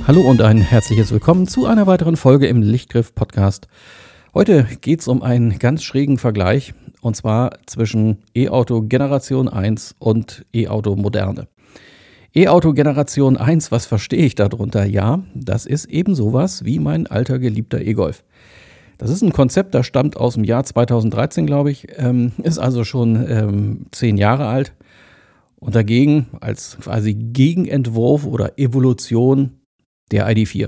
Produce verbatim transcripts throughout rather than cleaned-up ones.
Hallo und ein herzliches Willkommen zu einer weiteren Folge im Lichtgriff Podcast. Heute geht es um einen ganz schrägen Vergleich, und zwar zwischen E-Auto Generation eins und E-Auto Moderne. E-Auto Generation eins, was verstehe ich darunter? Ja, das ist eben sowas wie mein alter geliebter E-Golf. Das ist ein Konzept, das stammt aus dem Jahr zweitausenddreizehn, glaube ich, ähm, ist also schon ähm, zehn Jahre alt. Und dagegen als quasi Gegenentwurf oder Evolution der I D vier.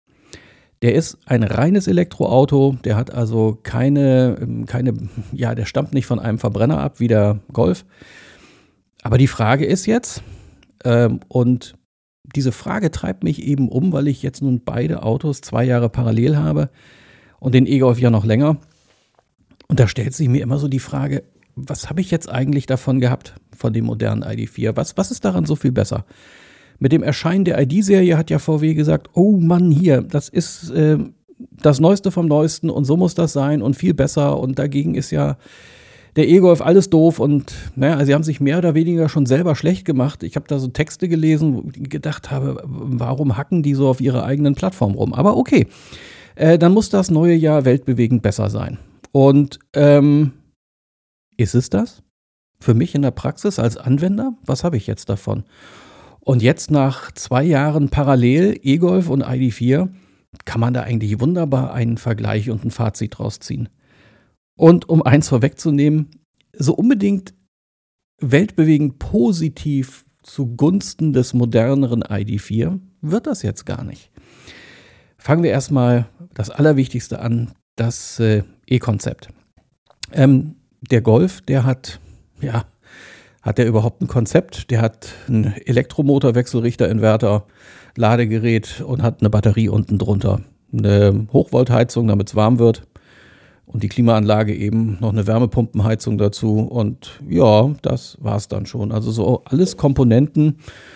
Der ist ein reines Elektroauto, der hat also keine, keine, ja, der stammt nicht von einem Verbrenner ab wie der Golf. Aber die Frage ist jetzt, ähm, und diese Frage treibt mich eben um, weil ich jetzt nun beide Autos zwei Jahre parallel habe und den E-Golf ja noch länger. Und da stellt sich mir immer so die Frage, was habe ich jetzt eigentlich davon gehabt, von dem modernen I D vier? Was, was ist daran so viel besser? Mit dem Erscheinen der I D-Serie hat ja V W gesagt, oh Mann, hier, das ist äh, das Neueste vom Neuesten und so muss das sein und viel besser. Und dagegen ist ja der E-Golf alles doof und naja, sie haben sich mehr oder weniger schon selber schlecht gemacht. Ich habe da so Texte gelesen, wo ich gedacht habe, warum hacken die so auf ihrer eigenen Plattform rum? Aber okay, äh, dann muss das neue Jahr weltbewegend besser sein. Und ähm, ist es das? Für mich in der Praxis als Anwender? Was habe ich jetzt davon? Und jetzt nach zwei Jahren parallel E-Golf und I D vier kann man da eigentlich wunderbar einen Vergleich und ein Fazit draus ziehen. Und um eins vorwegzunehmen, so unbedingt weltbewegend positiv zugunsten des moderneren I D vier wird das jetzt gar nicht. Fangen wir erstmal das Allerwichtigste an, das äh, E-Konzept. Ähm, der Golf, der hat, ja, Hat der überhaupt ein Konzept? Der hat einen Elektromotor, Wechselrichter, Inverter, Ladegerät und hat eine Batterie unten drunter. Eine Hochvoltheizung, damit es warm wird. Und die Klimaanlage eben noch eine Wärmepumpenheizung dazu. Und ja, das war's dann schon. Also so alles Komponenten,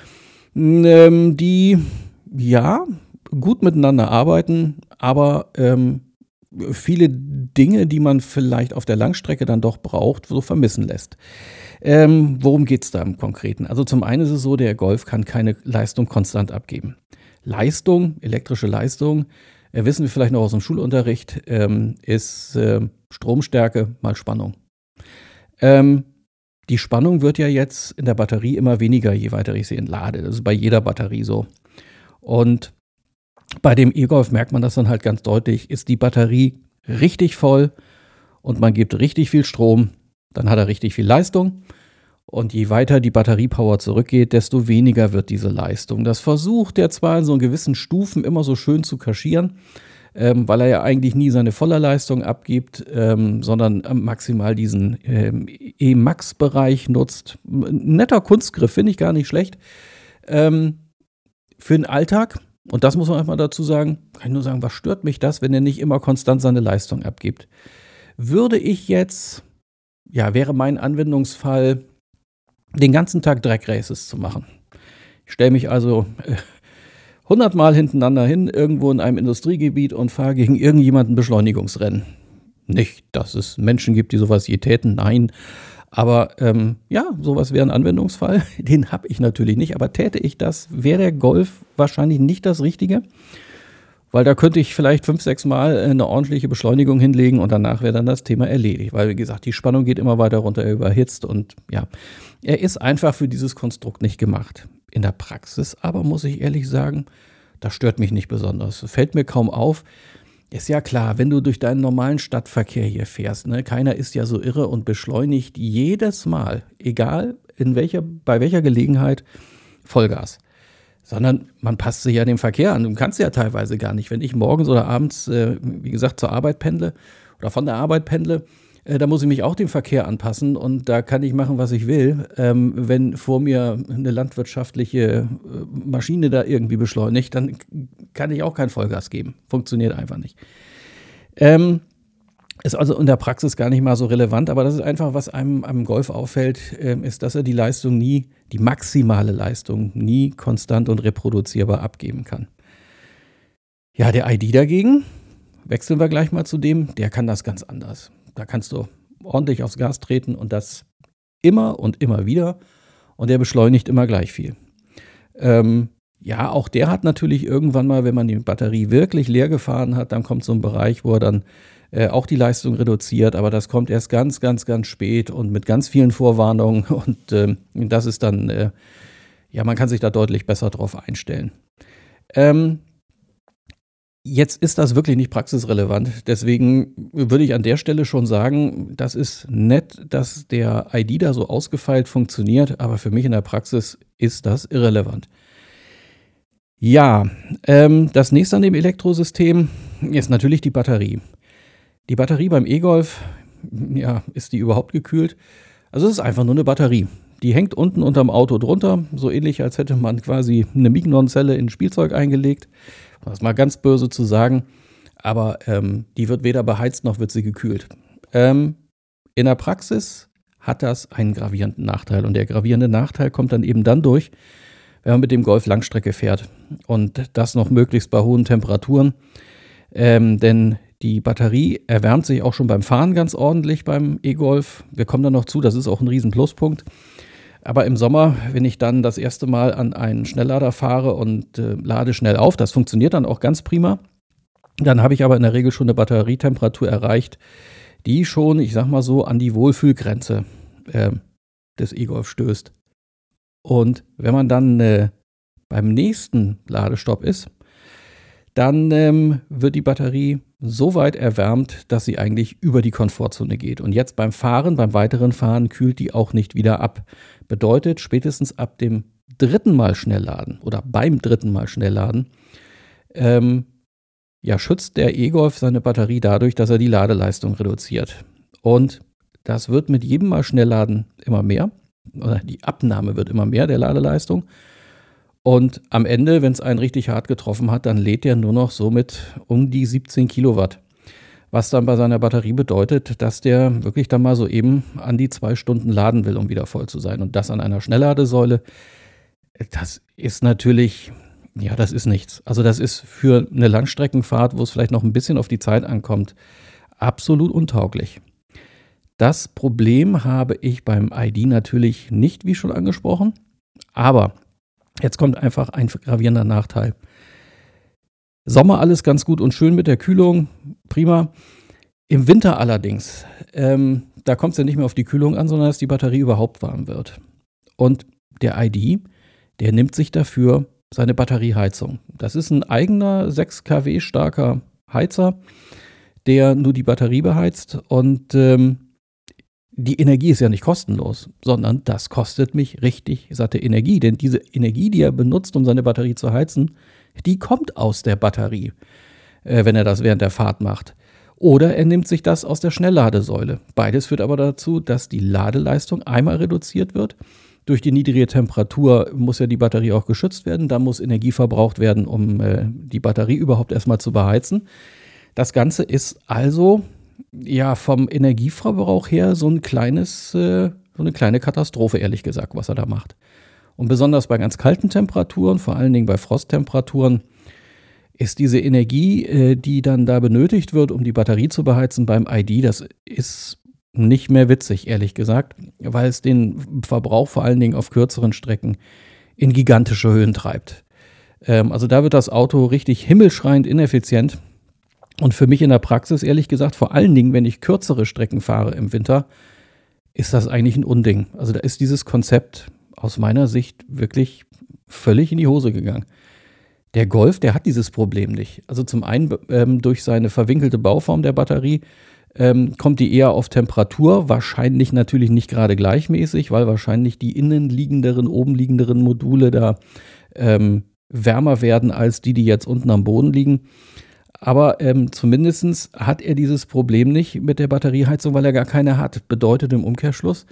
ähm, die ja gut miteinander arbeiten, aber ähm, viele Dinge, die man vielleicht auf der Langstrecke dann doch braucht, so vermissen lässt. Ähm, worum geht es da im Konkreten? Also zum einen ist es so, der Golf kann keine Leistung konstant abgeben. Leistung, elektrische Leistung, äh, wissen wir vielleicht noch aus dem Schulunterricht, ähm, ist äh, Stromstärke mal Spannung. Ähm, die Spannung wird ja jetzt in der Batterie immer weniger, je weiter ich sie entlade. Das ist bei jeder Batterie so. Und bei dem E-Golf merkt man das dann halt ganz deutlich, ist die Batterie richtig voll und man gibt richtig viel Strom, dann hat er richtig viel Leistung. Und je weiter die Batteriepower zurückgeht, desto weniger wird diese Leistung. Das versucht er zwar in so gewissen Stufen immer so schön zu kaschieren, ähm, weil er ja eigentlich nie seine volle Leistung abgibt, ähm, sondern maximal diesen ähm, E-Max-Bereich nutzt. Ein netter Kunstgriff, finde ich gar nicht schlecht. Ähm, für den Alltag, und das muss man einfach dazu sagen, kann ich nur sagen, was stört mich das, wenn er nicht immer konstant seine Leistung abgibt? Würde ich jetzt, ja, wäre mein Anwendungsfall, den ganzen Tag Drag-Races zu machen. Ich stelle mich also äh, hundert Mal hintereinander hin, irgendwo in einem Industriegebiet und fahre gegen irgendjemanden Beschleunigungsrennen. Nicht, dass es Menschen gibt, die sowas je täten, nein. Aber ähm, ja, sowas wäre ein Anwendungsfall. Den habe ich natürlich nicht. Aber täte ich das, wäre der Golf wahrscheinlich nicht das Richtige. Weil da könnte ich vielleicht fünf, sechs Mal eine ordentliche Beschleunigung hinlegen und danach wäre dann das Thema erledigt. Weil, wie gesagt, die Spannung geht immer weiter runter, er überhitzt und ja, er ist einfach für dieses Konstrukt nicht gemacht. In der Praxis aber, muss ich ehrlich sagen, das stört mich nicht besonders. Fällt mir kaum auf. Ist ja klar, wenn du durch deinen normalen Stadtverkehr hier fährst, ne, keiner ist ja so irre und beschleunigt jedes Mal, egal in welcher, bei welcher Gelegenheit, Vollgas. Sondern man passt sich ja dem Verkehr an. Du kannst ja teilweise gar nicht. Wenn ich morgens oder abends, äh, wie gesagt, zur Arbeit pendle oder von der Arbeit pendle, äh, da muss ich mich auch dem Verkehr anpassen und da kann ich machen, was ich will. Ähm, wenn vor mir eine landwirtschaftliche äh, Maschine da irgendwie beschleunigt, dann kann ich auch kein Vollgas geben. Funktioniert einfach nicht. Ähm, Ist also in der Praxis gar nicht mal so relevant, aber das ist einfach, was einem am Golf auffällt, äh, ist, dass er die Leistung nie, die maximale Leistung nie konstant und reproduzierbar abgeben kann. Ja, der I D dagegen, wechseln wir gleich mal zu dem, der kann das ganz anders. Da kannst du ordentlich aufs Gas treten und das immer und immer wieder und der beschleunigt immer gleich viel. Ähm, Ja, auch der hat natürlich irgendwann mal, wenn man die Batterie wirklich leer gefahren hat, dann kommt so ein Bereich, wo er dann äh, auch die Leistung reduziert, aber das kommt erst ganz, ganz, ganz spät und mit ganz vielen Vorwarnungen und ähm, das ist dann, äh, ja, man kann sich da deutlich besser drauf einstellen. Ähm, Jetzt ist das wirklich nicht praxisrelevant, deswegen würde ich an der Stelle schon sagen, das ist nett, dass der I D da so ausgefeilt funktioniert, aber für mich in der Praxis ist das irrelevant. Ja, ähm, das nächste an dem Elektrosystem ist natürlich die Batterie. Die Batterie beim E-Golf, ja, ist die überhaupt gekühlt? Also es ist einfach nur eine Batterie. Die hängt unten unterm Auto drunter, so ähnlich als hätte man quasi eine Mignon-Zelle in ein Spielzeug eingelegt, um das mal ganz böse zu sagen. Aber ähm, die wird weder beheizt noch wird sie gekühlt. Ähm, in der Praxis hat das einen gravierenden Nachteil. Und der gravierende Nachteil kommt dann eben dann durch, wenn man mit dem Golf Langstrecke fährt. Und das noch möglichst bei hohen Temperaturen. Ähm, denn die Batterie erwärmt sich auch schon beim Fahren ganz ordentlich beim E-Golf. Wir kommen da noch zu, das ist auch ein riesen Pluspunkt. Aber im Sommer, wenn ich dann das erste Mal an einen Schnelllader fahre und äh, lade schnell auf, das funktioniert dann auch ganz prima. Dann habe ich aber in der Regel schon eine Batterietemperatur erreicht, die schon, ich sag mal so, an die Wohlfühlgrenze äh, des E-Golf stößt. Und wenn man dann äh, beim nächsten Ladestopp ist, dann ähm, wird die Batterie so weit erwärmt, dass sie eigentlich über die Komfortzone geht. Und jetzt beim Fahren, beim weiteren Fahren kühlt die auch nicht wieder ab. Bedeutet, spätestens ab dem dritten Mal Schnellladen oder beim dritten Mal Schnellladen, ähm, ja, schützt der E-Golf seine Batterie dadurch, dass er die Ladeleistung reduziert. Und das wird mit jedem Mal Schnellladen immer mehr. Oder die Abnahme wird immer mehr der Ladeleistung. Und am Ende, wenn es einen richtig hart getroffen hat, dann lädt er nur noch so mit um die siebzehn Kilowatt. Was dann bei seiner Batterie bedeutet, dass der wirklich dann mal so eben an die zwei Stunden laden will, um wieder voll zu sein. Und das an einer Schnellladesäule, das ist natürlich, ja, das ist nichts. Also das ist für eine Langstreckenfahrt, wo es vielleicht noch ein bisschen auf die Zeit ankommt, absolut untauglich. Das Problem habe ich beim I D natürlich nicht, wie schon angesprochen, aber jetzt kommt einfach ein gravierender Nachteil. Sommer alles ganz gut und schön mit der Kühlung, prima. Im Winter allerdings, ähm, da kommt es ja nicht mehr auf die Kühlung an, sondern dass die Batterie überhaupt warm wird. Und der I D, der nimmt sich dafür seine Batterieheizung. Das ist ein eigener sechs Kilowatt starker Heizer, der nur die Batterie beheizt und ähm, die Energie ist ja nicht kostenlos, sondern das kostet mich richtig satte Energie. Denn diese Energie, die er benutzt, um seine Batterie zu heizen, die kommt aus der Batterie, äh, wenn er das während der Fahrt macht. Oder er nimmt sich das aus der Schnellladesäule. Beides führt aber dazu, dass die Ladeleistung einmal reduziert wird. Durch die niedrige Temperatur muss ja die Batterie auch geschützt werden. Da muss Energie verbraucht werden, um äh, die Batterie überhaupt erstmal zu beheizen. Das Ganze ist also ja vom Energieverbrauch her so ein kleines, äh, so eine kleine Katastrophe, ehrlich gesagt, was er da macht. Und besonders bei ganz kalten Temperaturen, vor allen Dingen bei Frosttemperaturen, ist diese Energie, äh, die dann da benötigt wird, um die Batterie zu beheizen beim I D, das ist nicht mehr witzig, ehrlich gesagt, weil es den Verbrauch vor allen Dingen auf kürzeren Strecken in gigantische Höhen treibt. Ähm, also da wird das Auto richtig himmelschreiend ineffizient. Und für mich in der Praxis, ehrlich gesagt, vor allen Dingen, wenn ich kürzere Strecken fahre im Winter, ist das eigentlich ein Unding. Also da ist dieses Konzept aus meiner Sicht wirklich völlig in die Hose gegangen. Der Golf, der hat dieses Problem nicht. Also zum einen ähm, durch seine verwinkelte Bauform der Batterie ähm, kommt die eher auf Temperatur, wahrscheinlich natürlich nicht gerade gleichmäßig, weil wahrscheinlich die innenliegenderen, obenliegenderen Module da ähm, wärmer werden als die, die jetzt unten am Boden liegen. Aber ähm, zumindest hat er dieses Problem nicht mit der Batterieheizung, weil er gar keine hat. Bedeutet im Umkehrschluss,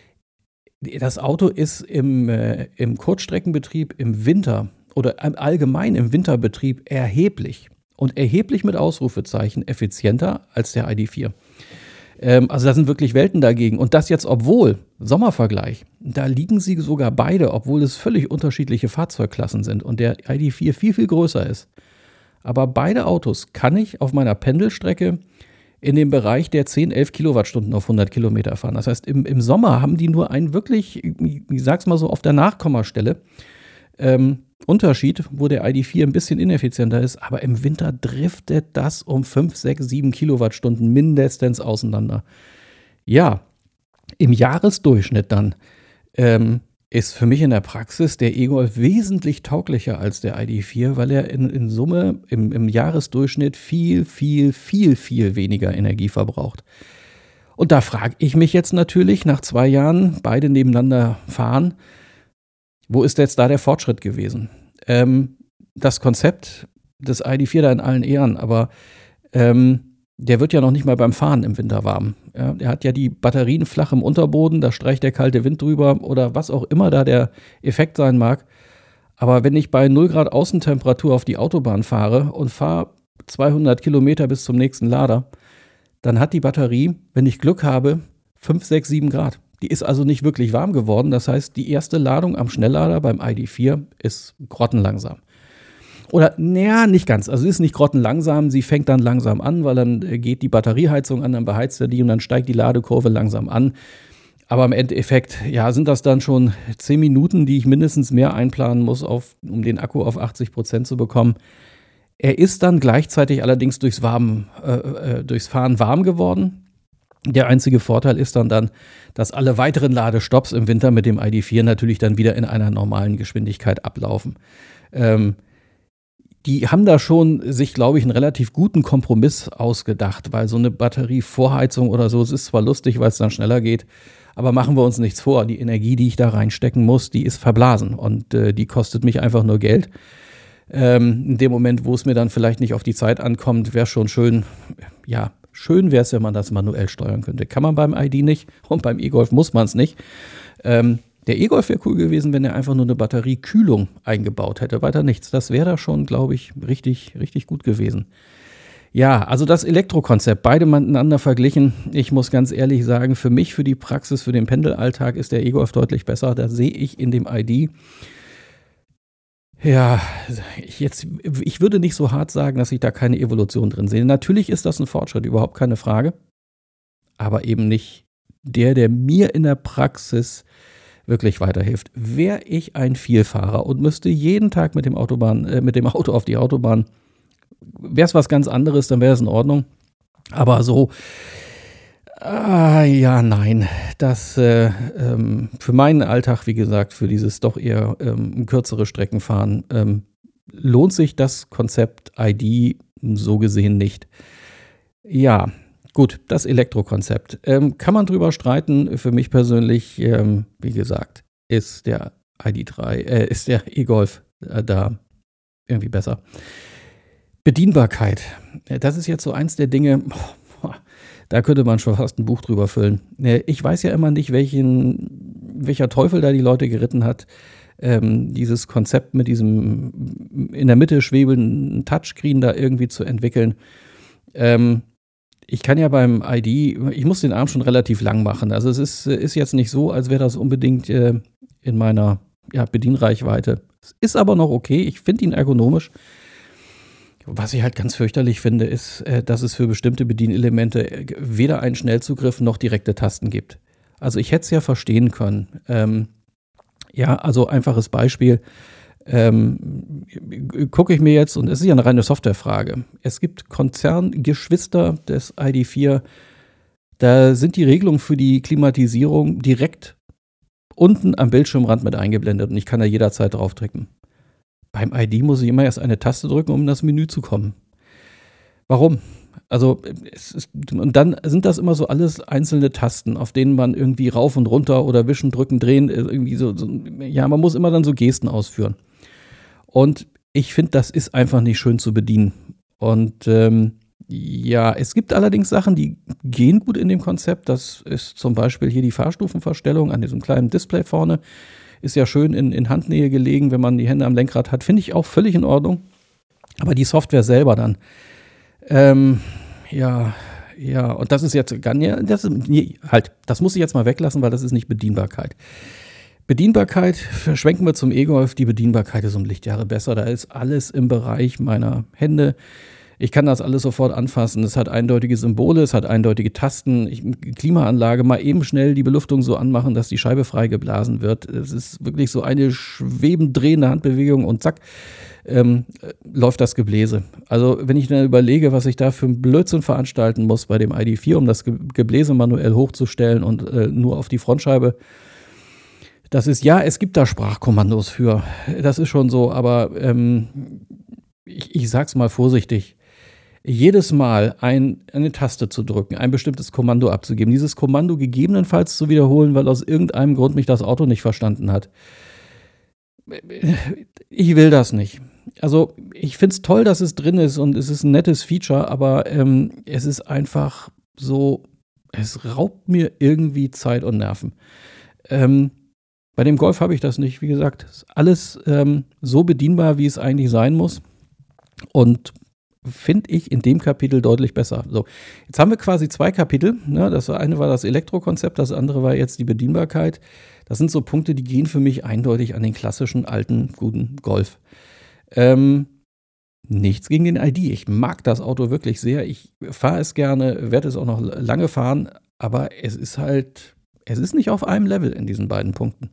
das Auto ist im, äh, im Kurzstreckenbetrieb im Winter oder allgemein im Winterbetrieb erheblich und erheblich mit Ausrufezeichen effizienter als der I D vier. Ähm, also da sind wirklich Welten dagegen. Und das jetzt, obwohl, Sommervergleich, da liegen sie sogar beide, obwohl es völlig unterschiedliche Fahrzeugklassen sind und der I D vier viel, viel größer ist. Aber beide Autos kann ich auf meiner Pendelstrecke in dem Bereich der zehn, elf Kilowattstunden auf hundert Kilometer fahren. Das heißt, im, im Sommer haben die nur einen wirklich, ich sag's mal so, auf der Nachkommastelle Ähm, Unterschied, wo der I D vier ein bisschen ineffizienter ist, aber im Winter driftet das um fünf, sechs, sieben Kilowattstunden mindestens auseinander. Ja, im Jahresdurchschnitt dann ähm, ist für mich in der Praxis der E-Golf wesentlich tauglicher als der I D vier, weil er in, in Summe im, im Jahresdurchschnitt viel, viel, viel, viel weniger Energie verbraucht. Und da frage ich mich jetzt natürlich nach zwei Jahren, beide nebeneinander fahren, wo ist jetzt da der Fortschritt gewesen? Ähm, das Konzept des I D vier da in allen Ehren, aber ähm, der wird ja noch nicht mal beim Fahren im Winter warm. Ja, der hat ja die Batterien flach im Unterboden, da streicht der kalte Wind drüber oder was auch immer da der Effekt sein mag. Aber wenn ich bei null Grad Außentemperatur auf die Autobahn fahre und fahre zweihundert Kilometer bis zum nächsten Lader, dann hat die Batterie, wenn ich Glück habe, fünf, sechs, sieben Grad. Die ist also nicht wirklich warm geworden. Das heißt, die erste Ladung am Schnelllader beim I D vier ist grottenlangsam. Oder, naja, nicht ganz. Also sie ist nicht grottenlangsam, sie fängt dann langsam an, weil dann geht die Batterieheizung an, dann beheizt er die und dann steigt die Ladekurve langsam an. Aber im Endeffekt, ja, sind das dann schon zehn Minuten, die ich mindestens mehr einplanen muss, auf, um den Akku auf achtzig Prozent zu bekommen. Er ist dann gleichzeitig allerdings durchs, warm, äh, äh, durchs Fahren warm geworden. Der einzige Vorteil ist dann, dann, dass alle weiteren Ladestopps im Winter mit dem I D vier natürlich dann wieder in einer normalen Geschwindigkeit ablaufen. Ähm, die haben da schon sich, glaube ich, einen relativ guten Kompromiss ausgedacht, weil so eine Batterievorheizung oder so, es ist zwar lustig, weil es dann schneller geht, aber machen wir uns nichts vor. Die Energie, die ich da reinstecken muss, die ist verblasen und äh, die kostet mich einfach nur Geld. Ähm, in dem Moment, wo es mir dann vielleicht nicht auf die Zeit ankommt, wäre schon schön, ja, schön wäre es, wenn man das manuell steuern könnte. Kann man beim I D nicht und beim E-Golf muss man es nicht. Ähm, der E-Golf wäre cool gewesen, wenn er einfach nur eine Batteriekühlung eingebaut hätte, weiter nichts. Das wäre da schon, glaube ich, richtig, richtig gut gewesen. Ja, also das Elektrokonzept, beide miteinander verglichen. Ich muss ganz ehrlich sagen, für mich, für die Praxis, für den Pendelalltag ist der E-Golf deutlich besser. Da sehe ich in dem I D Ja, ich jetzt, ich würde nicht so hart sagen, dass ich da keine Evolution drin sehe. Natürlich ist das ein Fortschritt, überhaupt keine Frage. Aber eben nicht der, der mir in der Praxis wirklich weiterhilft. Wäre ich ein Vielfahrer und müsste jeden Tag mit dem Autobahn, äh, mit dem Auto auf die Autobahn, wäre es was ganz anderes, dann wäre es in Ordnung. Aber so, ah, ja, nein, das äh, ähm, für meinen Alltag, wie gesagt, für dieses doch eher ähm, kürzere Streckenfahren, ähm, lohnt sich das Konzept I D so gesehen nicht. Ja, gut, das Elektrokonzept. Ähm, kann man drüber streiten. Für mich persönlich, ähm, wie gesagt, ist der I D drei, äh, ist der E-Golf äh, da irgendwie besser. Bedienbarkeit. Das ist jetzt so eins der Dinge, boah, da könnte man schon fast ein Buch drüber füllen. Ich weiß ja immer nicht, welchen, welcher Teufel da die Leute geritten hat. Ähm, dieses Konzept mit diesem in der Mitte schwebenden Touchscreen da irgendwie zu entwickeln. Ähm, ich kann ja beim I D, ich muss den Arm schon relativ lang machen. Also es ist, ist jetzt nicht so, als wäre das unbedingt äh, in meiner ja, Bedienreichweite. Es ist aber noch okay. Ich finde ihn ergonomisch. Was ich halt ganz fürchterlich finde, ist, äh, dass es für bestimmte Bedienelemente äh, weder einen Schnellzugriff noch direkte Tasten gibt. Also ich hätte es ja verstehen können. Ähm, ja, also einfaches Beispiel. Ähm, gucke ich mir jetzt, und es ist ja eine reine Softwarefrage. Es gibt Konzerngeschwister des I D vier, da sind die Regelungen für die Klimatisierung direkt unten am Bildschirmrand mit eingeblendet und ich kann da jederzeit draufdrücken. Beim I D muss ich immer erst eine Taste drücken, um in das Menü zu kommen. Warum? Also, es ist, und dann sind das immer so alles einzelne Tasten, auf denen man irgendwie rauf und runter oder wischen, drücken, drehen, irgendwie so, so ja, man muss immer dann so Gesten ausführen. Und ich finde, das ist einfach nicht schön zu bedienen. Und ähm, ja, es gibt allerdings Sachen, die gehen gut in dem Konzept. Das ist zum Beispiel hier die Fahrstufenverstellung an diesem kleinen Display vorne. Ist ja schön in, in Handnähe gelegen, wenn man die Hände am Lenkrad hat. Finde ich auch völlig in Ordnung. Aber die Software selber dann, ähm, ja, ja, und das ist jetzt gar nicht, das ist, nee, halt, das muss ich jetzt mal weglassen, weil das ist nicht Bedienbarkeit. Bedienbarkeit, schwenken wir zum E-Golf, die Bedienbarkeit ist um Lichtjahre besser. Da ist alles im Bereich meiner Hände. Ich kann das alles sofort anfassen. Es hat eindeutige Symbole, es hat eindeutige Tasten. Ich, Klimaanlage, mal eben schnell die Belüftung so anmachen, dass die Scheibe frei geblasen wird. Es ist wirklich so eine schwebend drehende Handbewegung und zack, ähm, äh, läuft das Gebläse. Also wenn ich dann überlege, was ich da für einen Blödsinn veranstalten muss bei dem I D vier, um das Ge- Gebläse manuell hochzustellen und äh, nur auf die Frontscheibe, das ist, ja, es gibt da Sprachkommandos für. Das ist schon so, aber ähm, ich, ich sag's mal vorsichtig. Jedes Mal ein, eine Taste zu drücken, ein bestimmtes Kommando abzugeben, dieses Kommando gegebenenfalls zu wiederholen, weil aus irgendeinem Grund mich das Auto nicht verstanden hat. Ich will das nicht. Also ich finde es toll, dass es drin ist und es ist ein nettes Feature, aber ähm, es ist einfach so, es raubt mir irgendwie Zeit und Nerven. Ähm, bei dem Golf habe ich das nicht, wie gesagt. Ist alles ähm, so bedienbar, wie es eigentlich sein muss. Und finde ich in dem Kapitel deutlich besser. So, jetzt haben wir quasi zwei Kapitel. Ne? Das eine war das Elektrokonzept, das andere war jetzt die Bedienbarkeit. Das sind so Punkte, die gehen für mich eindeutig an den klassischen, alten, guten Golf. Ähm, nichts gegen den I D. Ich mag das Auto wirklich sehr. Ich fahre es gerne, werde es auch noch lange fahren, aber es ist halt, es ist nicht auf einem Level in diesen beiden Punkten.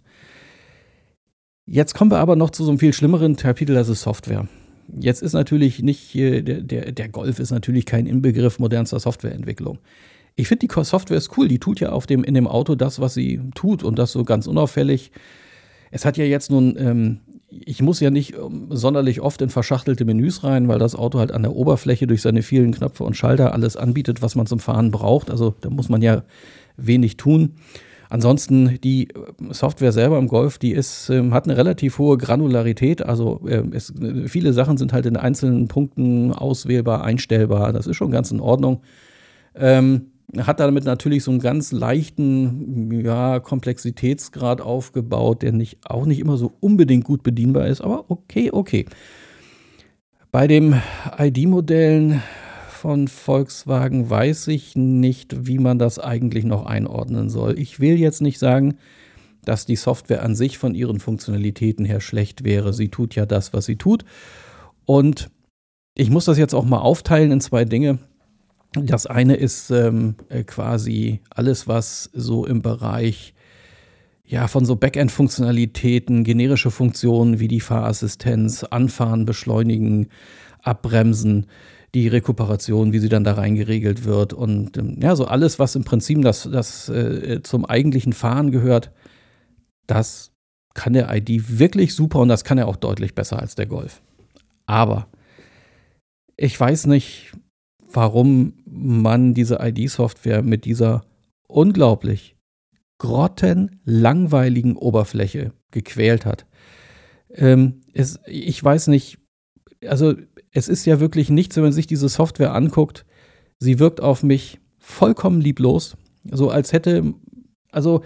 Jetzt kommen wir aber noch zu so einem viel schlimmeren Kapitel, das ist Software. Jetzt ist natürlich nicht, äh, der, der, der Golf ist natürlich kein Inbegriff modernster Softwareentwicklung. Ich finde, die Software ist cool, die tut ja auf dem, in dem Auto das, was sie tut und das so ganz unauffällig. Es hat ja jetzt nun, ähm, ich muss ja nicht ähm, sonderlich oft in verschachtelte Menüs rein, weil das Auto halt an der Oberfläche durch seine vielen Knöpfe und Schalter alles anbietet, was man zum Fahren braucht. Also da muss man ja wenig tun. Ansonsten die Software selber im Golf, die ist, ähm, hat eine relativ hohe Granularität. Also äh, es, viele Sachen sind halt in einzelnen Punkten auswählbar, einstellbar. Das ist schon ganz in Ordnung. Ähm, hat damit natürlich so einen ganz leichten, ja, Komplexitätsgrad aufgebaut, der nicht, auch nicht immer so unbedingt gut bedienbar ist. Aber okay, okay. Bei den I D-Modellen von Volkswagen weiß ich nicht, wie man das eigentlich noch einordnen soll. Ich will jetzt nicht sagen, dass die Software an sich von ihren Funktionalitäten her schlecht wäre. Sie tut ja das, was sie tut. Und ich muss das jetzt auch mal aufteilen in zwei Dinge. Das eine ist ähm, quasi alles, was so im Bereich ja, von so Backend-Funktionalitäten, generische Funktionen wie die Fahrassistenz, Anfahren, Beschleunigen, Abbremsen, die Rekuperation, wie sie dann da reingeregelt wird und ähm, ja, so alles, was im Prinzip das, das äh, zum eigentlichen Fahren gehört, das kann der I D wirklich super und das kann er auch deutlich besser als der Golf. Aber ich weiß nicht, warum man diese I D-Software mit dieser unglaublich grottenlangweiligen Oberfläche gequält hat. Ähm, es, ich weiß nicht, also es ist ja wirklich nichts, wenn man sich diese Software anguckt. Sie wirkt auf mich vollkommen lieblos. So als hätte, also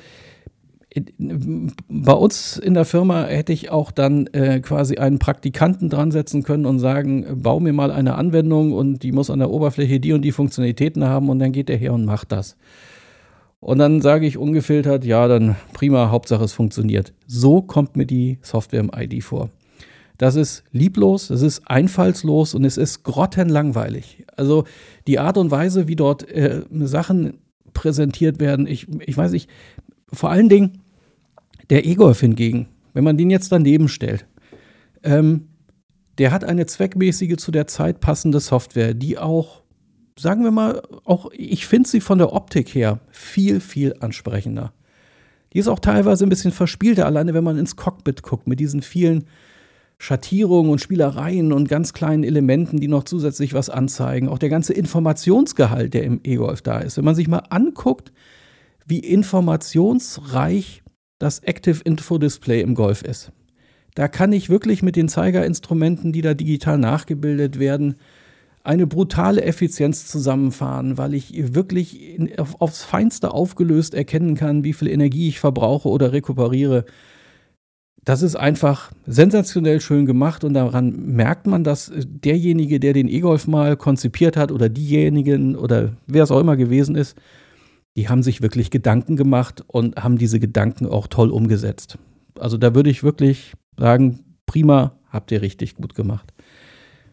bei uns in der Firma hätte ich auch dann äh, quasi einen Praktikanten dran setzen können und sagen, bau mir mal eine Anwendung und die muss an der Oberfläche die und die Funktionalitäten haben und dann geht der her und macht das. Und dann sage ich ungefiltert, ja, dann prima, Hauptsache es funktioniert. So kommt mir die Software im I D vor. Das ist lieblos, es ist einfallslos und es ist grottenlangweilig. Also die Art und Weise, wie dort äh, Sachen präsentiert werden, ich, ich weiß nicht, vor allen Dingen der E-Golf hingegen, wenn man den jetzt daneben stellt, ähm, der hat eine zweckmäßige, zu der Zeit passende Software, die auch, sagen wir mal, auch ich finde sie von der Optik her viel, viel ansprechender. Die ist auch teilweise ein bisschen verspielter, alleine wenn man ins Cockpit guckt, mit diesen vielen Schattierungen und Spielereien und ganz kleinen Elementen, die noch zusätzlich was anzeigen. Auch der ganze Informationsgehalt, der im E-Golf da ist. Wenn man sich mal anguckt, wie informationsreich das Active Info Display im Golf ist. Da kann ich wirklich mit den Zeigerinstrumenten, die da digital nachgebildet werden, eine brutale Effizienz zusammenfahren, weil ich wirklich in, auf, aufs Feinste aufgelöst erkennen kann, wie viel Energie ich verbrauche oder rekuperiere. Das ist einfach sensationell schön gemacht und daran merkt man, dass derjenige, der den E-Golf mal konzipiert hat oder diejenigen oder wer es auch immer gewesen ist, die haben sich wirklich Gedanken gemacht und haben diese Gedanken auch toll umgesetzt. Also da würde ich wirklich sagen, prima, habt ihr richtig gut gemacht.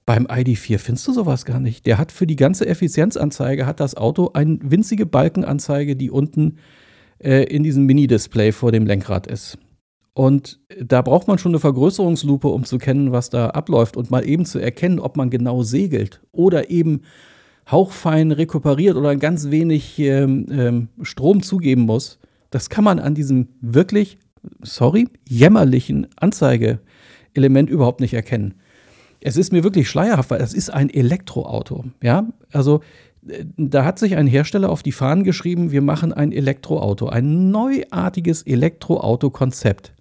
Beim I D vier findest du sowas gar nicht. Der hat für die ganze Effizienzanzeige hat das Auto eine winzige Balkenanzeige, die unten äh, in diesem Mini-Display vor dem Lenkrad ist. Und da braucht man schon eine Vergrößerungslupe, um zu kennen, was da abläuft und mal eben zu erkennen, ob man genau segelt oder eben hauchfein rekuperiert oder ein ganz wenig ähm, ähm, Strom zugeben muss. Das kann man an diesem wirklich, sorry, jämmerlichen Anzeigeelement überhaupt nicht erkennen. Es ist mir wirklich schleierhaft, weil es ist ein Elektroauto. Ja, also äh, da hat sich ein Hersteller auf die Fahnen geschrieben, wir machen ein Elektroauto, ein neuartiges Elektroauto-Konzept.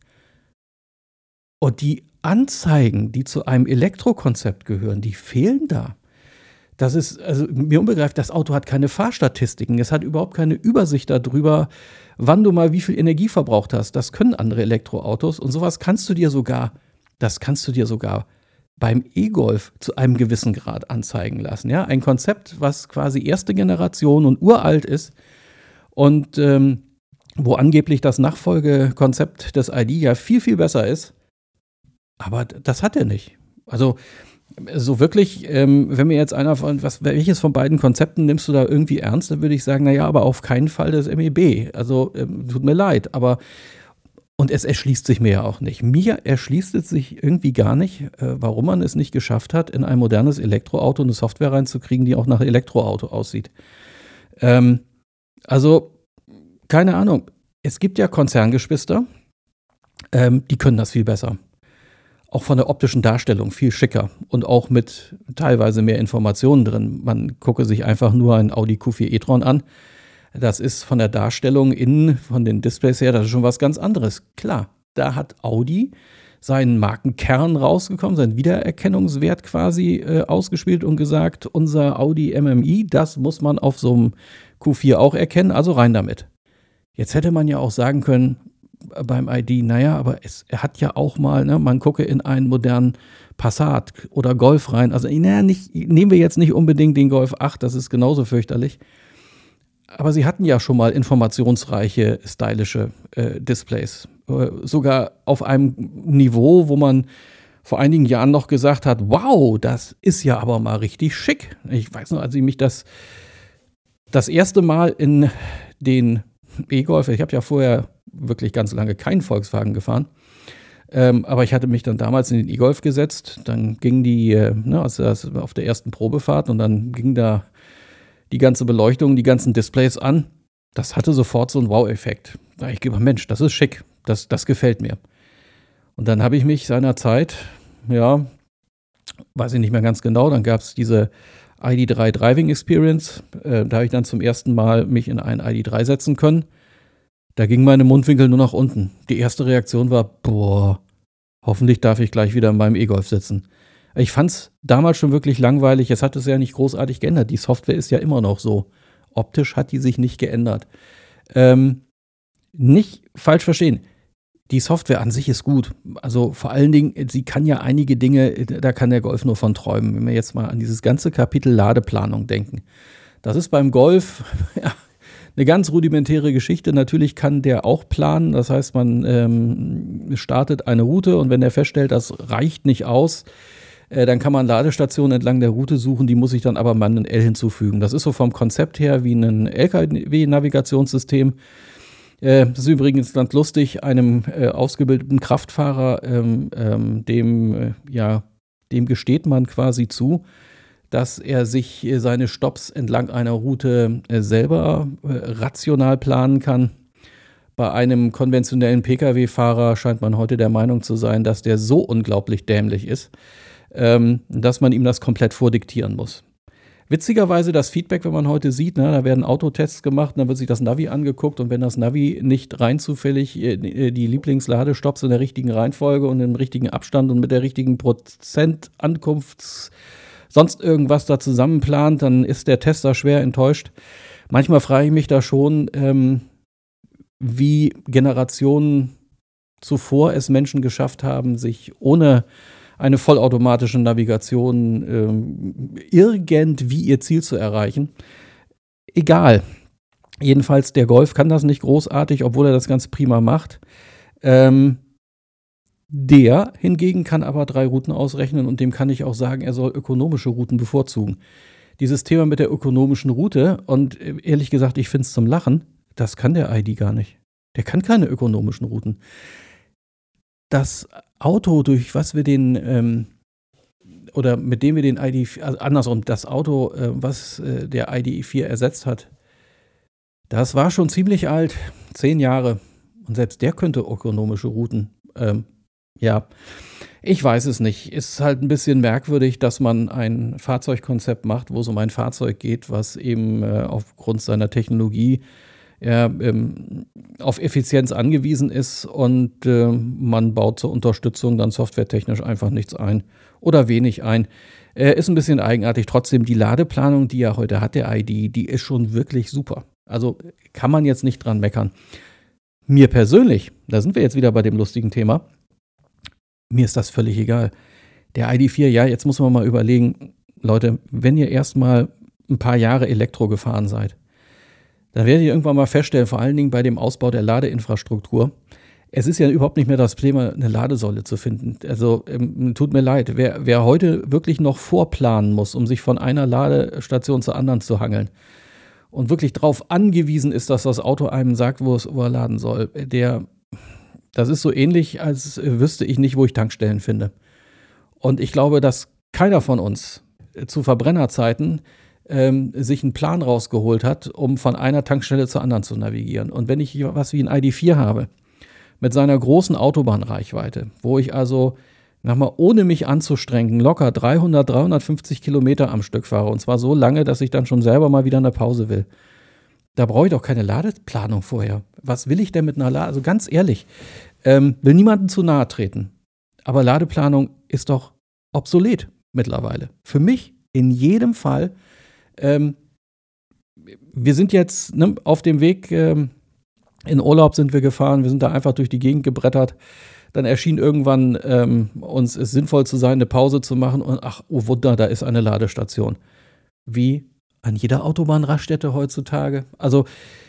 Und die Anzeigen, die zu einem Elektrokonzept gehören, die fehlen da. Das ist, also mir unbegreiflich, das Auto hat keine Fahrstatistiken, es hat überhaupt keine Übersicht darüber, wann du mal wie viel Energie verbraucht hast. Das können andere Elektroautos und sowas kannst du dir sogar, das kannst du dir sogar beim E-Golf zu einem gewissen Grad anzeigen lassen. Ja? Ein Konzept, was quasi erste Generation und uralt ist und ähm, wo angeblich das Nachfolgekonzept des I D ja viel, viel besser ist. Aber das hat er nicht. Also so wirklich, ähm, wenn mir jetzt einer von, was, welches von beiden Konzepten nimmst du da irgendwie ernst, dann würde ich sagen, naja, aber auf keinen Fall das M E B. Also ähm, tut mir leid, aber und es erschließt sich mir ja auch nicht. Mir erschließt es sich irgendwie gar nicht, äh, warum man es nicht geschafft hat, in ein modernes Elektroauto eine Software reinzukriegen, die auch nach Elektroauto aussieht. Ähm, also, keine Ahnung. Es gibt ja Konzerngeschwister, ähm, die können das viel besser. Auch von der optischen Darstellung viel schicker und auch mit teilweise mehr Informationen drin. Man gucke sich einfach nur ein Audi Q vier e-tron an. Das ist von der Darstellung innen, von den Displays her, das ist schon was ganz anderes. Klar, da hat Audi seinen Markenkern rausgekommen, seinen Wiedererkennungswert quasi äh, ausgespielt und gesagt, unser Audi M M I, das muss man auf so einem Q vier auch erkennen, also rein damit. Jetzt hätte man ja auch sagen können, beim I D, naja, aber es, er hat ja auch mal, ne, man gucke in einen modernen Passat oder Golf rein. Also, naja, nicht, nehmen wir jetzt nicht unbedingt den Golf acht, das ist genauso fürchterlich. Aber sie hatten ja schon mal informationsreiche, stylische äh, Displays. Äh, sogar auf einem Niveau, wo man vor einigen Jahren noch gesagt hat, wow, das ist ja aber mal richtig schick. Ich weiß noch, als ich mich das das erste Mal in den E-Golf, ich habe ja vorher wirklich ganz lange keinen Volkswagen gefahren, ähm, aber ich hatte mich dann damals in den E-Golf gesetzt, dann ging die, äh, ne, also das auf der ersten Probefahrt und dann ging da die ganze Beleuchtung, die ganzen Displays an. Das hatte sofort so einen Wow-Effekt. Da ich gedacht, Mensch, das ist schick, das, das gefällt mir. Und dann habe ich mich seinerzeit, ja, weiß ich nicht mehr ganz genau, dann gab es diese I D drei Driving Experience, äh, da habe ich dann zum ersten Mal mich in einen I D drei setzen können. Da gingen meine Mundwinkel nur nach unten. Die erste Reaktion war, boah, hoffentlich darf ich gleich wieder in meinem E-Golf sitzen. Ich fand es damals schon wirklich langweilig. Es hat es ja nicht großartig geändert. Die Software ist ja immer noch so. Optisch hat die sich nicht geändert. Ähm, nicht falsch verstehen. Die Software an sich ist gut. Also vor allen Dingen, sie kann ja einige Dinge, da kann der Golf nur von träumen. Wenn wir jetzt mal an dieses ganze Kapitel Ladeplanung denken. Das ist beim Golf ja, eine ganz rudimentäre Geschichte. Natürlich kann der auch planen. Das heißt, man ähm, startet eine Route und wenn der feststellt, das reicht nicht aus, äh, dann kann man Ladestationen entlang der Route suchen. Die muss ich dann aber manuell hinzufügen. Das ist so vom Konzept her wie ein L K W-Navigationssystem. Äh, das ist übrigens ganz lustig, einem äh, ausgebildeten Kraftfahrer, ähm, ähm, dem, äh, ja, dem gesteht man quasi zu, dass er sich äh, seine Stopps entlang einer Route äh, selber äh, rational planen kann. Bei einem konventionellen Pkw-Fahrer scheint man heute der Meinung zu sein, dass der so unglaublich dämlich ist, ähm, dass man ihm das komplett vordiktieren muss. Witzigerweise das Feedback, wenn man heute sieht, ne, da werden Autotests gemacht, dann wird sich das Navi angeguckt und wenn das Navi nicht rein zufällig äh, die Lieblingsladestopps in der richtigen Reihenfolge und im richtigen Abstand und mit der richtigen Prozent Ankunfts sonst irgendwas da zusammenplant, dann ist der Tester schwer enttäuscht. Manchmal frage ich mich da schon, ähm, wie Generationen zuvor es Menschen geschafft haben, sich ohne eine vollautomatische Navigation ähm, irgendwie ihr Ziel zu erreichen. Egal. Jedenfalls, der Golf kann das nicht großartig, obwohl er das ganz prima macht. Ähm, Der hingegen kann aber drei Routen ausrechnen und dem kann ich auch sagen, er soll ökonomische Routen bevorzugen. Dieses Thema mit der ökonomischen Route und äh, ehrlich gesagt, ich finde es zum Lachen, das kann der I D gar nicht. Der kann keine ökonomischen Routen. Das Auto, durch was wir den, ähm, oder mit dem wir den I D, also andersrum, das Auto, äh, was äh, der I D E vier ersetzt hat, das war schon ziemlich alt, zehn Jahre. Und selbst der könnte ökonomische Routen. Ähm, ja, ich weiß es nicht. Ist halt ein bisschen merkwürdig, dass man ein Fahrzeugkonzept macht, wo es um ein Fahrzeug geht, was eben äh, aufgrund seiner Technologie ja, ähm, auf Effizienz angewiesen ist und äh, man baut zur Unterstützung dann softwaretechnisch einfach nichts ein oder wenig ein. Äh, ist ein bisschen eigenartig. Trotzdem, die Ladeplanung, die er heute hat, der I D, die ist schon wirklich super. Also kann man jetzt nicht dran meckern. Mir persönlich, da sind wir jetzt wieder bei dem lustigen Thema, mir ist das völlig egal. Der I D vier, ja, jetzt muss man mal überlegen, Leute, wenn ihr erstmal ein paar Jahre Elektro gefahren seid, dann werdet ihr irgendwann mal feststellen, vor allen Dingen bei dem Ausbau der Ladeinfrastruktur, es ist ja überhaupt nicht mehr das Thema, eine Ladesäule zu finden. Also ähm, tut mir leid, wer, wer heute wirklich noch vorplanen muss, um sich von einer Ladestation zur anderen zu hangeln und wirklich darauf angewiesen ist, dass das Auto einem sagt, wo es wo er laden soll, der, das ist so ähnlich, als wüsste ich nicht, wo ich Tankstellen finde. Und ich glaube, dass keiner von uns zu Verbrennerzeiten ähm, sich einen Plan rausgeholt hat, um von einer Tankstelle zur anderen zu navigieren. Und wenn ich was wie ein I D vier habe, mit seiner großen Autobahnreichweite, wo ich also, nochmal, ohne mich anzustrengen, locker dreihundert, dreihundertfünfzig Kilometer am Stück fahre, und zwar so lange, dass ich dann schon selber mal wieder eine Pause will. Da brauche ich doch keine Ladeplanung vorher. Was will ich denn mit einer Lade? Also ganz ehrlich, ähm, will niemandem zu nahe treten. Aber Ladeplanung ist doch obsolet mittlerweile. Für mich in jedem Fall. Ähm, wir sind jetzt ne, auf dem Weg, ähm, in Urlaub sind wir gefahren, wir sind da einfach durch die Gegend gebrettert. Dann erschien irgendwann ähm, uns es sinnvoll zu sein, eine Pause zu machen. Und ach, oh Wunder, da ist eine Ladestation. Wie an jeder Autobahnraststätte heutzutage. Also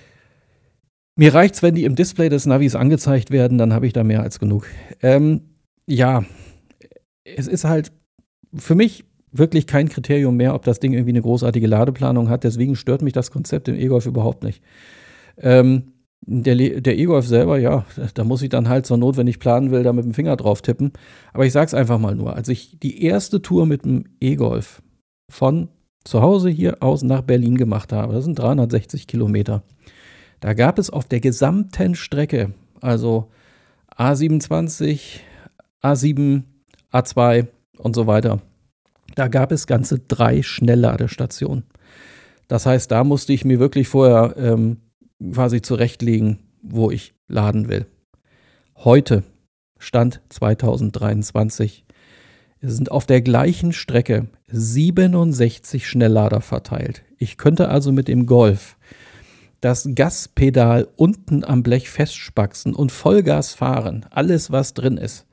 mir reicht's, wenn die im Display des Navis angezeigt werden, dann habe ich da mehr als genug. Ähm, ja, es ist halt für mich wirklich kein Kriterium mehr, ob das Ding irgendwie eine großartige Ladeplanung hat. Deswegen stört mich das Konzept im E-Golf überhaupt nicht. Ähm, Der, Le- der E-Golf selber, ja, da muss ich dann halt zur Not, wenn ich planen will, da mit dem Finger drauf tippen. Aber ich sag's einfach mal nur, als ich die erste Tour mit dem E-Golf von zu Hause hier aus nach Berlin gemacht habe, das sind dreihundertsechzig Kilometer, da gab es auf der gesamten Strecke, also A siebenundzwanzig, A sieben, A zwei und so weiter, da gab es ganze drei Schnellladestationen. Das heißt, da musste ich mir wirklich vorher ähm, quasi zurechtlegen, wo ich laden will. Heute, Stand zwanzig dreiundzwanzig, sind auf der gleichen Strecke siebenundsechzig Schnelllader verteilt. Ich könnte also mit dem Golf das Gaspedal unten am Blech festspaxen und Vollgas fahren, alles was drin ist.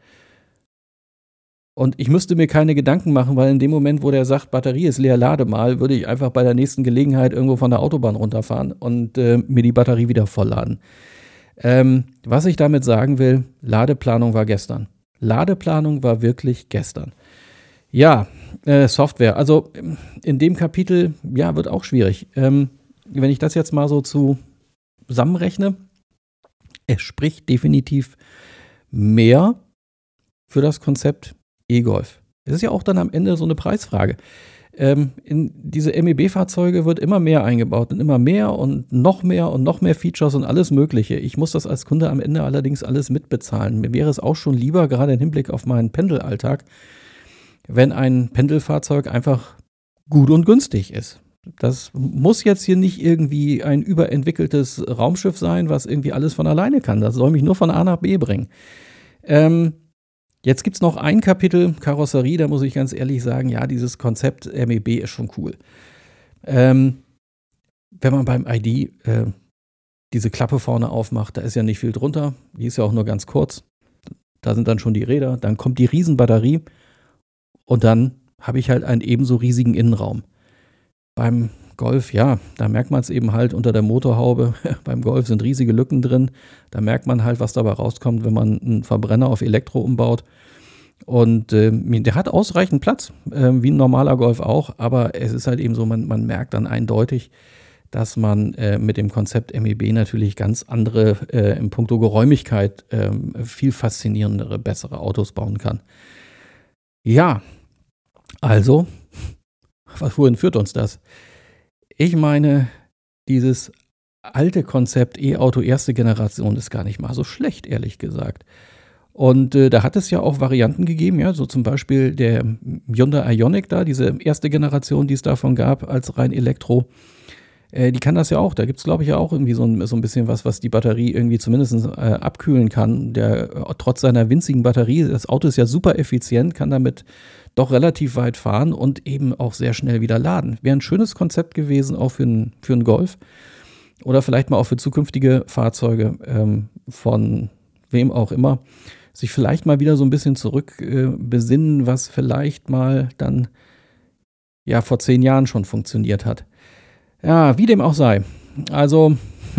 Und ich müsste mir keine Gedanken machen, weil in dem Moment, wo der sagt, Batterie ist leer, lade mal, würde ich einfach bei der nächsten Gelegenheit irgendwo von der Autobahn runterfahren und äh, mir die Batterie wieder vollladen. Ähm, was ich damit sagen will, Ladeplanung war gestern. Ladeplanung war wirklich gestern. Ja, äh, Software. Also in dem Kapitel, ja, wird auch schwierig. Ähm, wenn ich das jetzt mal so zusammenrechne, es spricht definitiv mehr für das Konzept E-Golf. Es ist ja auch dann am Ende so eine Preisfrage. Ähm, in diese M E B-Fahrzeuge wird immer mehr eingebaut und immer mehr und noch mehr und noch mehr Features und alles Mögliche. Ich muss das als Kunde am Ende allerdings alles mitbezahlen. Mir wäre es auch schon lieber, gerade im Hinblick auf meinen Pendelalltag, wenn ein Pendelfahrzeug einfach gut und günstig ist. Das muss jetzt hier nicht irgendwie ein überentwickeltes Raumschiff sein, was irgendwie alles von alleine kann. Das soll mich nur von A nach B bringen. Ähm, Jetzt gibt es noch ein Kapitel, Karosserie, da muss ich ganz ehrlich sagen, ja, dieses Konzept M E B ist schon cool. Ähm, wenn man beim I D äh, diese Klappe vorne aufmacht, da ist ja nicht viel drunter, die ist ja auch nur ganz kurz. Da sind dann schon die Räder, dann kommt die Riesenbatterie und dann habe ich halt einen ebenso riesigen Innenraum. Beim Golf, ja, da merkt man es eben halt unter der Motorhaube. Beim Golf sind riesige Lücken drin. Da merkt man halt, was dabei rauskommt, wenn man einen Verbrenner auf Elektro umbaut. Und äh, der hat ausreichend Platz, äh, wie ein normaler Golf auch. Aber es ist halt eben so, man, man merkt dann eindeutig, dass man äh, mit dem Konzept M E B natürlich ganz andere, äh, in puncto Geräumigkeit, äh, viel faszinierendere, bessere Autos bauen kann. Ja, also, wohin führt uns das? Ich meine, dieses alte Konzept E-Auto erste Generation ist gar nicht mal so schlecht, ehrlich gesagt. Und äh, da hat es ja auch Varianten gegeben, ja, so zum Beispiel der Hyundai Ioniq da, diese erste Generation, die es davon gab, als rein Elektro. Äh, die kann das ja auch. Da gibt es, glaube ich, ja auch irgendwie so ein, so ein bisschen was, was die Batterie irgendwie zumindest äh, abkühlen kann. Der, äh, trotz seiner winzigen Batterie, das Auto ist ja super effizient, kann damit doch relativ weit fahren und eben auch sehr schnell wieder laden. Wäre ein schönes Konzept gewesen, auch für einen für einen Golf oder vielleicht mal auch für zukünftige Fahrzeuge ähm, von wem auch immer, sich vielleicht mal wieder so ein bisschen zurück äh, besinnen, was vielleicht mal dann ja vor zehn Jahren schon funktioniert hat. Ja, wie dem auch sei. Also,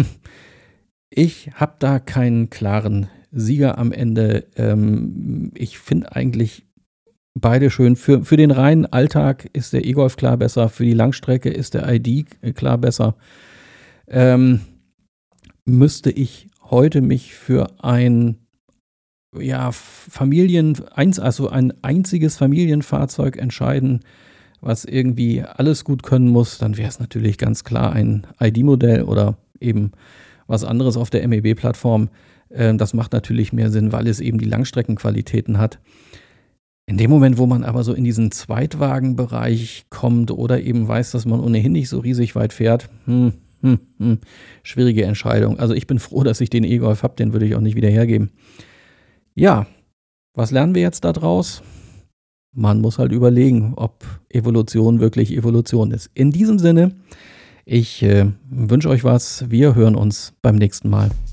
ich habe da keinen klaren Sieger am Ende. Ähm, ich finde eigentlich beide schön. Für, für den reinen Alltag ist der E-Golf klar besser. Für die Langstrecke ist der I D klar besser. Ähm, müsste ich heute mich für ein ja, Familien, eins, also ein einziges Familienfahrzeug entscheiden, was irgendwie alles gut können muss, dann wäre es natürlich ganz klar ein I D-Modell oder eben was anderes auf der M E B-Plattform. Ähm, das macht natürlich mehr Sinn, weil es eben die Langstreckenqualitäten hat. In dem Moment, wo man aber so in diesen Zweitwagenbereich kommt oder eben weiß, dass man ohnehin nicht so riesig weit fährt, hm, hm, hm, schwierige Entscheidung. Also ich bin froh, dass ich den E-Golf habe, den würde ich auch nicht wieder hergeben. Ja, was lernen wir jetzt da draus? Man muss halt überlegen, ob Evolution wirklich Evolution ist. In diesem Sinne, ich äh, wünsche euch was. Wir hören uns beim nächsten Mal.